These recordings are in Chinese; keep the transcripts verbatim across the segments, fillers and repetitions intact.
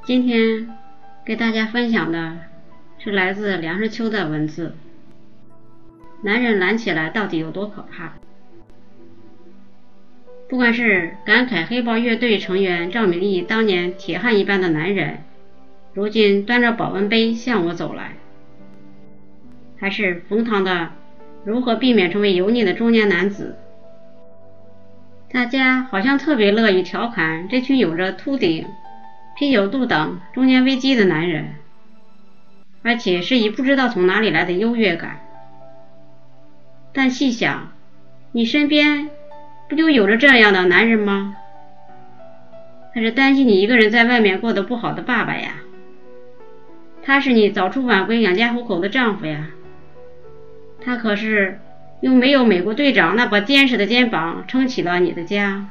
今天给大家分享的是来自梁实秋的文字。男人懒起来到底有多可怕？不管是感慨黑豹乐队成员赵明义当年铁汉一般的男人，如今端着保温杯向我走来，还是冯唐的如何避免成为油腻的中年男子，大家好像特别乐于调侃这群有着秃顶、啤酒肚等中年危机的男人，而且是以不知道从哪里来的优越感。但细想，你身边不就有着这样的男人吗？他是担心你一个人在外面过得不好的爸爸呀，他是你早出晚归养家糊口的丈夫呀，他可是用没有美国队长那把坚实的肩膀撑起了你的家。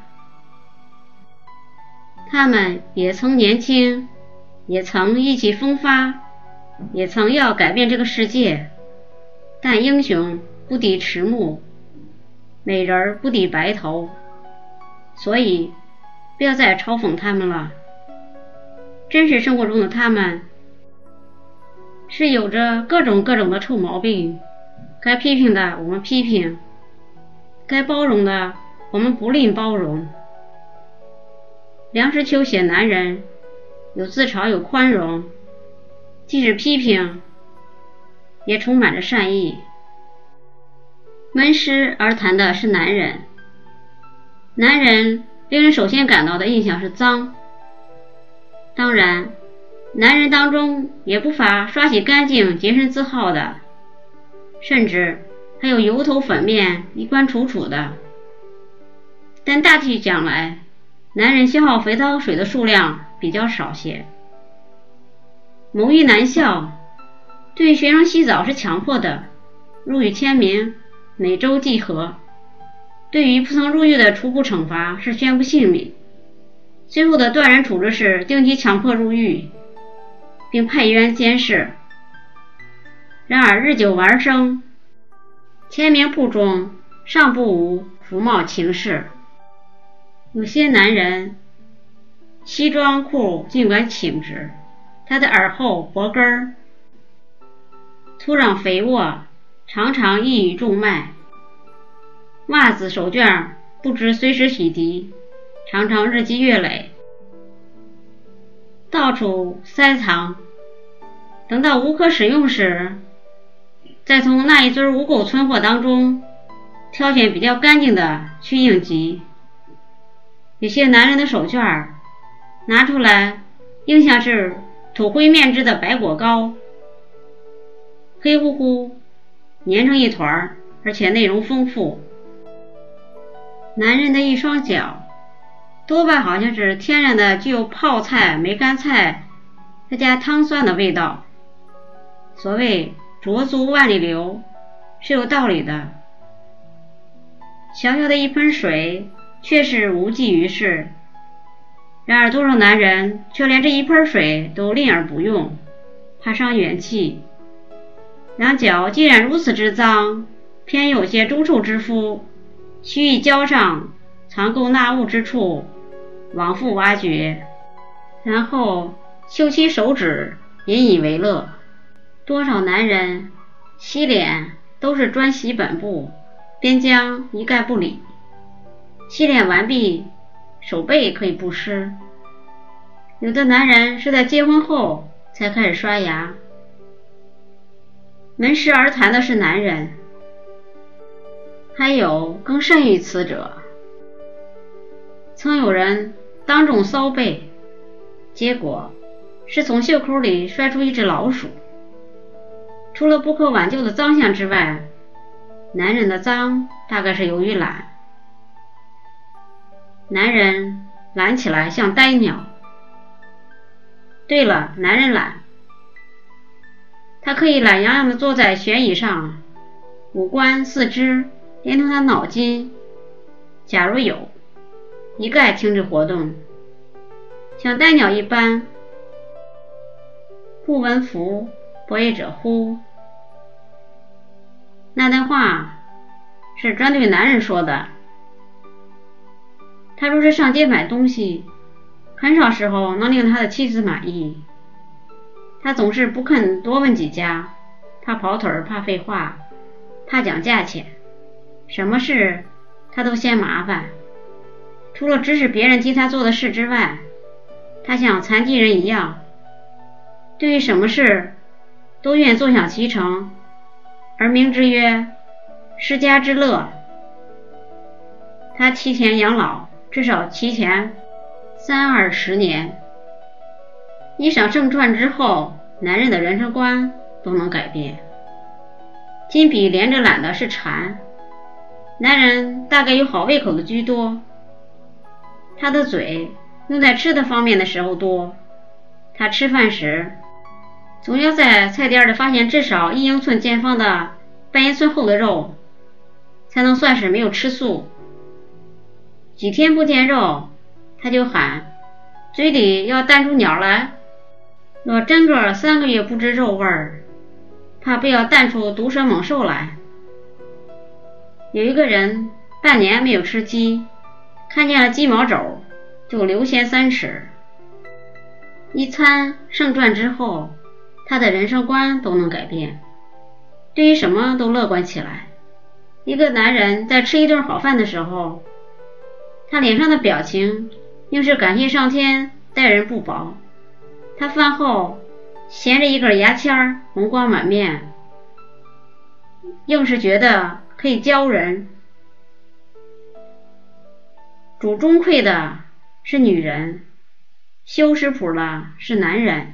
他们也曾年轻，也曾意气风发，也曾要改变这个世界，但英雄不敌迟暮，美人不敌白头，所以不要再嘲讽他们了。真实生活中的他们是有着各种各种的臭毛病，该批评的我们批评，该包容的我们不吝包容。梁实秋写男人有自嘲有宽容，即使批评也充满着善意。扪施而谈的是男人，男人令人首先感到的印象是脏，当然男人当中也不乏刷洗干净洁身自好的，甚至还有油头粉面衣冠楚楚的，但大体讲来，男人消耗肥皂水的数量比较少些。某一男校对学生洗澡是强迫的，入狱签名，每周计核，对于不曾入狱的初步惩罚是宣布性命，最后的断然处置是定期强迫入狱，并派员监视。然而日久玩生，签名簿中尚不无服贸情事。有些男人西装裤尽管挺直，他的耳后脖根土壤肥沃，常常一语中脉，袜子手绢不知随时洗涤，常常日积月累，到处塞藏，等到无可使用时，再从那一堆无垢存货当中挑选比较干净的去应急。有些男人的手绢拿出来应像是土灰面制的白果糕，黑乎乎粘成一团，而且内容丰富。男人的一双脚多半好像是天然的具有泡菜、梅干菜再加汤酸的味道。所谓濯足万里流是有道理的，小小的一盆水却是无济于事，然而多少男人却连这一盆水都吝而不用，怕伤元气。两脚既然如此之脏，偏有些诸臭之夫，须以胶上藏垢纳物之处往复挖掘，然后修其手指引以为乐。多少男人洗脸都是专洗本部，边疆一概不理，洗脸完毕手背可以不湿。有的男人是在结婚后才开始刷牙。扪施而谈的是男人，还有更甚于此者。曾有人当众骚背，结果是从袖口里摔出一只老鼠。除了不可挽救的脏相之外，男人的脏大概是由于懒。男人懒起来像呆鸟。对了，男人懒，他可以懒洋洋地坐在悬椅上，五官四肢连同他脑筋，假如有，一概停止活动，像呆鸟一般。不闻夫，博也者乎？那段话是专对男人说的。他若是上街买东西， 很少时候能令他的妻子满意。他总是不肯多问几家，怕跑腿儿，怕废话，怕讲价钱，什么事他都嫌麻烦。除了指使别人替他做的事之外，他像残疾人一样，对于什么事都愿坐享其成，而名之曰失家之乐。他提前养老，至少提前三二十年。衣裳盛传之后，男人的人生观都能改变。金笔连着懒的是馋，男人大概有好胃口的居多。他的嘴用在吃的方面的时候多，他吃饭时总要在菜店里发现至少一英寸见方的半英寸厚的肉，才能算是没有吃素。几天不见肉，他就喊嘴里要弹出鸟来，若真个三个月不知肉味儿，怕不要弹出毒蛇猛兽来。有一个人半年没有吃鸡，看见了鸡毛肘就流涎三尺。一餐盛传之后，他的人生观都能改变，对于什么都乐观起来。一个男人在吃一顿好饭的时候，他脸上的表情应是感谢上天待人不薄。他饭后衔着一根牙签，红光满面，硬是觉得可以教人。主中馈的是女人，修食谱的是男人。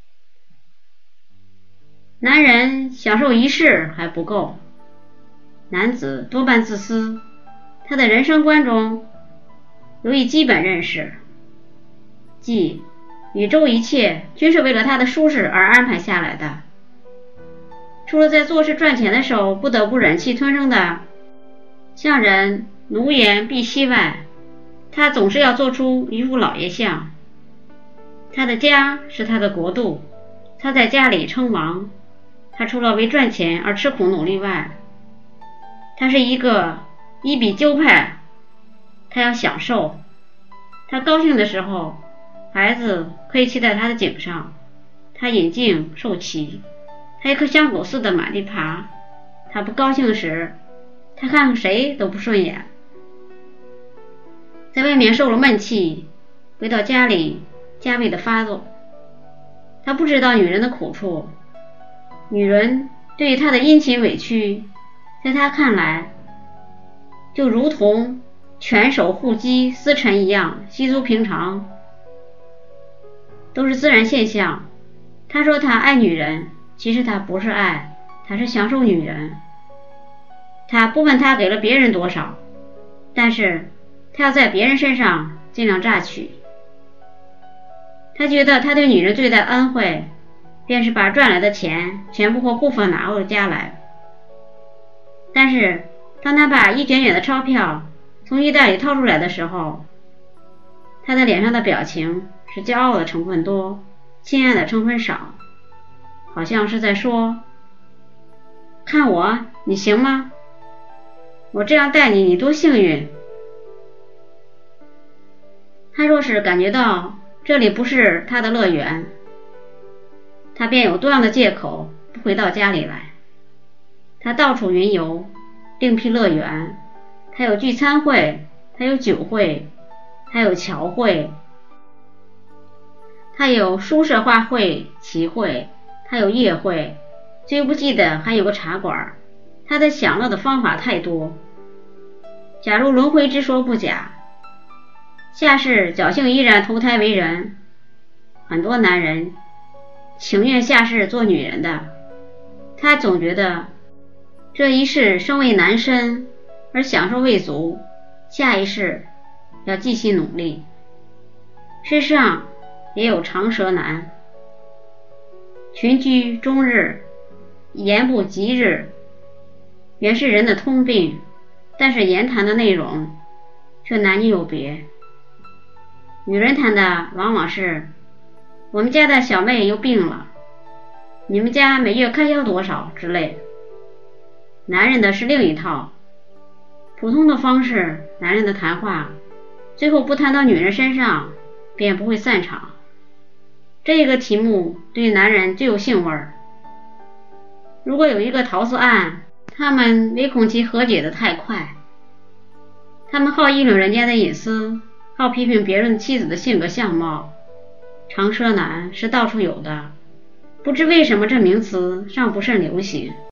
男人享受一世还不够，男子多半自私，他的人生观中有一基本认识，即宇宙一切均是为了他的舒适而安排下来的。除了在做事赚钱的时候不得不忍气吞声的向人奴颜婢膝外，他总是要做出一副老爷相。他的家是他的国度，他在家里称王。他除了为赚钱而吃苦努力外，他是一个一比鸠派，他要享受。他高兴的时候，孩子可以骑在他的颈上，他引颈受骑，他一颗香狗似的满地爬。他不高兴时，他看谁都不顺眼。在外面受了闷气，回到家里加倍的发作。他不知道女人的苦处，女人对于他的殷勤委屈，在他看来就如同犬手护鸡司晨一样稀疏平常，都是自然现象。他说他爱女人，其实他不是爱，他是享受女人。他不问他给了别人多少，但是他要在别人身上尽量榨取。他觉得他对女人最大的恩惠，便是把赚来的钱全部或部分拿回家来。但是当他把一卷卷的钞票从衣袋里掏出来的时候，他的脸上的表情是骄傲的成分多，亲爱的成分少，好像是在说，看我，你行吗？我这样待你，你多幸运。他若是感觉到这里不是他的乐园，他便有多样的借口不回到家里来。他到处云游，另辟乐园。他有聚餐会，他有酒会，他有桥会，他有书社画会、棋会，他有夜会，最不济的还有个茶馆。他的享乐的方法太多。假如轮回之说不假，下世侥幸依然投胎为人，很多男人情愿下世做女人的。他总觉得这一世生为男身而享受未足，下一世要继续努力。世上也有长舌男，群居终日，言不及日，原是人的通病，但是言谈的内容却男女有别。女人谈的往往是，我们家的小妹又病了，你们家每月开销多少之类的。男人的是另一套，普通的方式，男人的谈话最后不谈到女人身上， 便不会散场。这个题目对男人最有兴味儿。如果有一个桃色案，他们唯恐其和解得太快。他们好议论人家的隐私，好批评别人妻子的性格相貌。长舌男是到处有的，不知为什么这名词尚不甚流行。